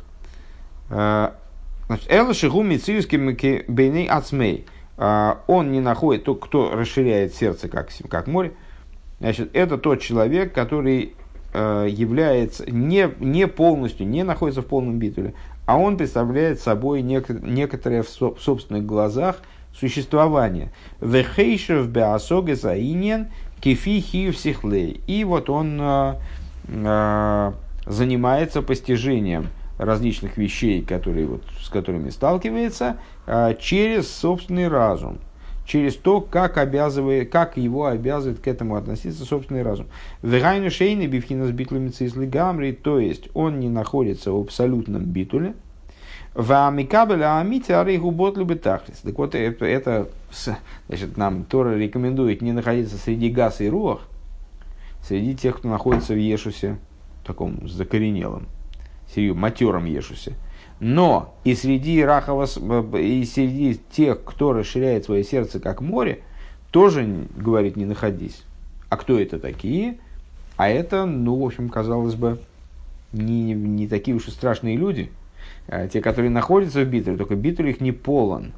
Элла шигу мициюски бейней ацмей. Он не находит, то, кто расширяет сердце, как, как море. Значит, это тот человек, который э, является не, не полностью, не находится в полном битуле, а он представляет собой нек- некоторое в, со- в собственных глазах существование. Вехейшев беасоге заинен кефи хиев сихлей. И вот он э, э, занимается постижением различных вещей, которые, вот, с которыми сталкивается, э, через собственный разум. Через то, как, обязывает, как его обязывает к этому относиться собственный разум. Вегайну шейны бифхинас битлумицы из лигамри, то есть он не находится в абсолютном битуле. Ваамикабеля амити арейгу ботлю бетахлис. Так вот, это, это значит, нам Тора рекомендует не находиться среди гаса и руах, среди тех, кто находится в ешусе, таком закоренелом, матером ешусе. Но и среди рахавас, и среди тех, кто расширяет свое сердце как море, тоже, говорит, не находись. А кто это такие? А это, ну, в общем, казалось бы, не, не такие уж и страшные люди. А те, которые находятся в битуле, только битуль их не полон.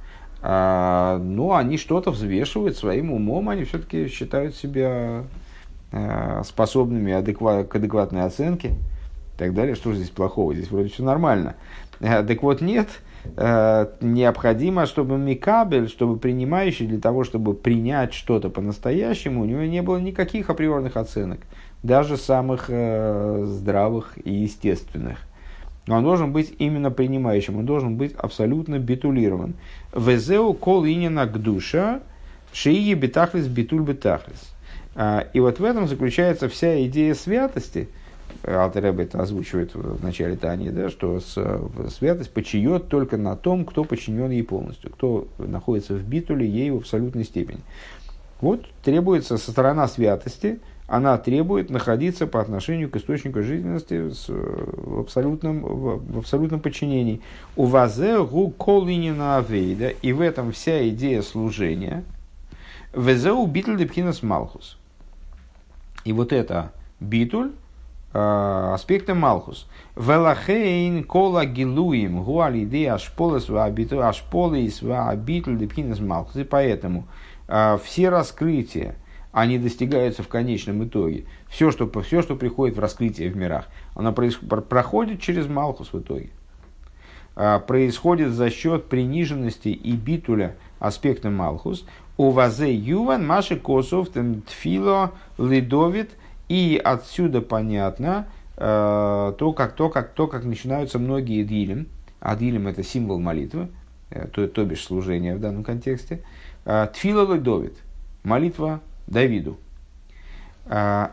А, но они что-то взвешивают своим умом, они все-таки считают себя а, способными адекват, к адекватной оценке. И так далее. Что же здесь плохого? Здесь вроде все нормально. Так вот, нет. Необходимо, чтобы микабель, чтобы принимающий, для того, чтобы принять что-то по-настоящему, у него не было никаких априорных оценок, даже самых э, здравых и естественных. Но он должен быть именно принимающим, он должен быть абсолютно битулирован. Везеу кол инина гдуша шии битахлис битуль битахлис. И вот в этом заключается вся идея святости. Алтер Ребе это озвучивает в начале Тани, да, что святость почиет только на том, кто подчинен ей полностью, кто находится в битуле ей в абсолютной степени. Вот требуется со стороны святости, она требует находиться по отношению к источнику жизненности в абсолютном, в абсолютном подчинении. У вазе гу колинина авейда, и в этом вся идея служения. Везеу битуль депхинас малхус. И вот это битуль, аспекта Малхус. Велахейн кола гилуим гуалиды ашполис ашполис ваабитл депхинес Малхус. И поэтому все раскрытия, они достигаются в конечном итоге. Все, что, все, что приходит в раскрытие в мирах, оно происходит, проходит через Малхус в итоге. Происходит за счет приниженности и битуля аспекта Малхус. У вазе юван маши косов тфило лидовит. И отсюда понятно э, то, как, то, как, то, как начинаются многие дилем. А дилем — это символ молитвы, э, то, то бишь служения в данном контексте. Э, тфило лидовит. Молитва Давиду. А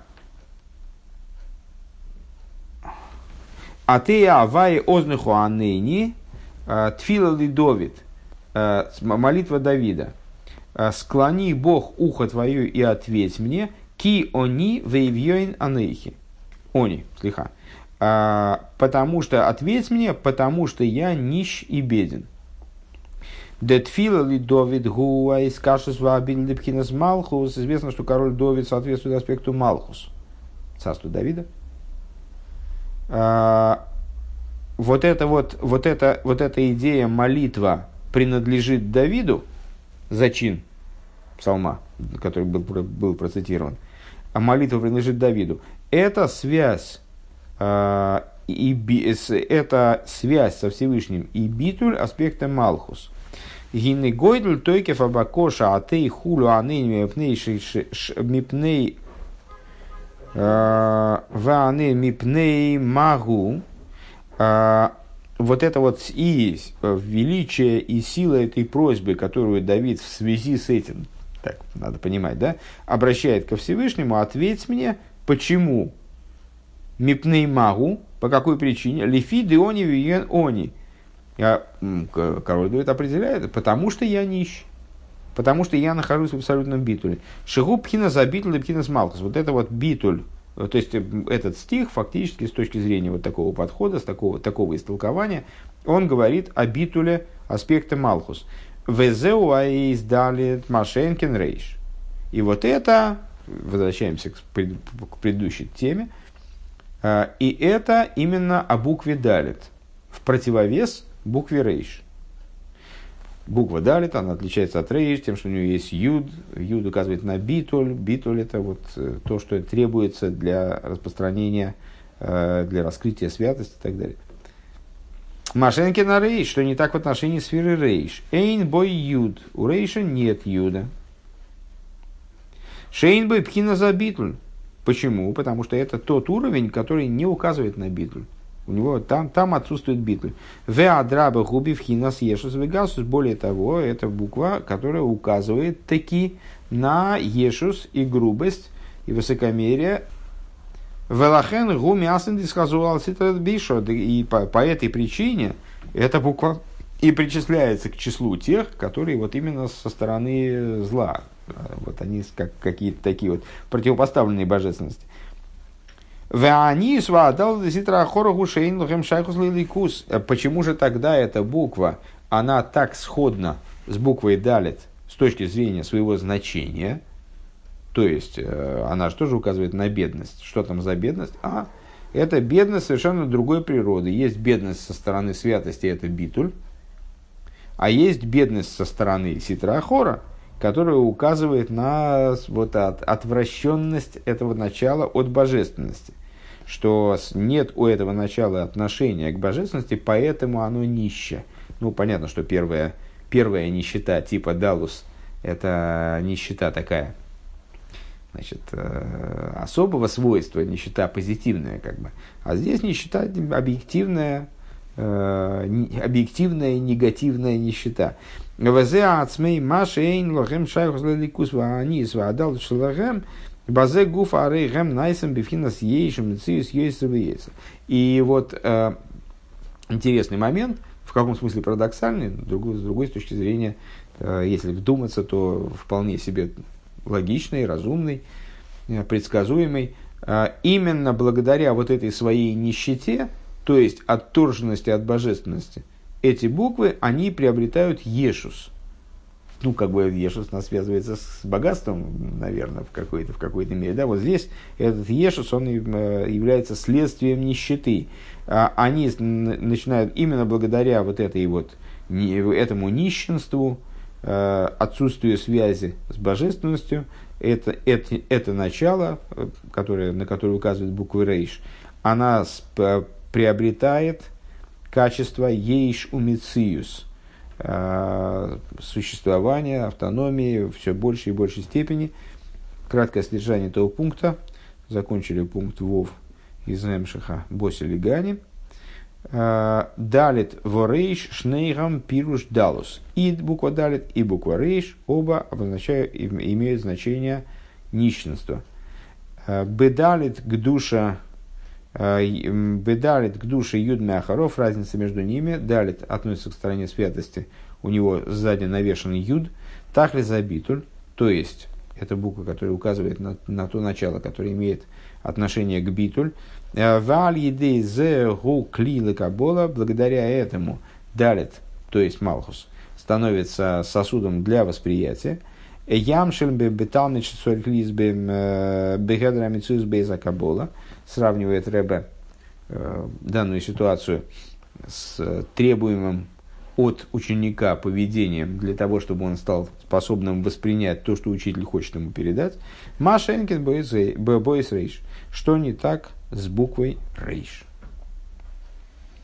ты авай ознуху анейни тфила лидовит. Молитва Давида. Склони Бог ухо твое и ответь мне. Ки они вейвьёин анейхи. Они, слиха. Потому что, ответь мне, потому что я нищ и беден. Детфила ли Довид гуа из кашес ваабин липкинес Малхус. Известно, что король Довид соответствует аспекту Малхус, царству Давида. А, вот, это вот, вот, это, вот эта идея молитва принадлежит Давиду, зачин псалма, который был, был процитирован, а молитва принадлежит Давиду. Это связь, а, и, это связь со Всевышним и битуль аспекта Малхус. Гинны гойдль тойкев абакоша атей хулю аней мипней вааней мипней магу. Вот это вот и величие и сила этой просьбы, которую Давид в связи с этим, так надо понимать, да, обращает ко Всевышнему: ответь мне, почему мипней магу, по какой причине, лифи деони виен они. Я, король Давид определяет, потому что я нищ, потому что я нахожусь в абсолютном битуле. Шигу пхина за битуль и пхина с Малхус. Вот это вот битуль, то есть этот стих фактически с точки зрения вот такого подхода, с такого, такого истолкования, он говорит о битуле аспекта Малхус. Везеу аис далит машенкин рейш. И вот это, возвращаемся к предыдущей теме, и это именно о букве далит, в противовес букве рейш. Буква далит, она отличается от рейш тем, что у нее есть юд. Юд указывает на битуль. Битуль — это вот то, что требуется для распространения, для раскрытия святости и так далее. Машенки на рейш, что не так в отношении сферы рейш. Эйн бой юд. У рейша нет юда. Шейн бой пхина за битуль. Почему? Потому что это тот уровень, который не указывает на битуль. У него там, там отсутствует битуль. Веадраба губи вхинас ешус вегасус. Более того, это буква, которая указывает таки на ешус и грубость и высокомерие. Велахен гуми асен дисхазуал ситрат бишо. И по, по этой причине эта буква и причисляется к числу тех, которые вот именно со стороны зла. Вот они как какие-то такие вот противопоставленные божественности. Почему же тогда эта буква, она так сходна с буквой далит с точки зрения своего значения? То есть, она же тоже указывает на бедность. Что там за бедность? А, это бедность совершенно другой природы. Есть бедность со стороны святости, это битуль. А есть бедность со стороны ситра ахора, которая указывает на вот, от, отвращенность этого начала от божественности. Что нет у этого начала отношения к божественности, поэтому оно нище. Ну, понятно, что первая, первая нищета типа далус – это нищета такая, значит, особого свойства, нищета позитивная, как бы. А здесь нищета объективная, объективная негативная нищета. Базе гуф арей гэм найсам бифхинас ейшим циюс ейсовы ейса. И вот э, интересный момент, в каком смысле парадоксальный, с другой, с другой с точки зрения, э, если вдуматься, то вполне себе логичный, разумный, э, предсказуемый. Э, именно благодаря вот этой своей нищете, то есть отторженности от божественности, эти буквы, они приобретают ешус. ну, как бы ешус у нас связывается с богатством, наверное, в какой-то, в какой-то мере. Да? Вот здесь этот ешус, он является следствием нищеты. Они начинают именно благодаря вот этой вот, этому нищенству, отсутствию связи с божественностью, это, это, это начало, которое, на которое указывает буква рейш, она приобретает качество ейш умициюс, существования, автономии, все большей и большей степени. Краткое содержание этого пункта. Закончили пункт Вов из Эмшиха Босель и Гани. Далит ворейш шнейгам пируш далус. И буква далит, и буква рейш оба обозначают, имеют значение нищенства. Бедалит к душе Бедалит к душе Юд Мяхаров, разница между ними. Далит относится к стороне святости, у него сзади навешан Юд. Тахли за битуль, то есть это буква, которая указывает на, на то начало, которое имеет отношение к битуль. Валь едей зе гу клилы кабола, благодаря этому Далит, то есть Малхус, становится сосудом для восприятия. Ямшель беталмич сорклиз бегедра мицус бейза кабола, сравнивает Ребе э, данную ситуацию с требуемым от ученика поведением для того, чтобы он стал способным воспринять то, что учитель хочет ему передать. Маша энкет бойс рейш. Что не так с буквой рейш?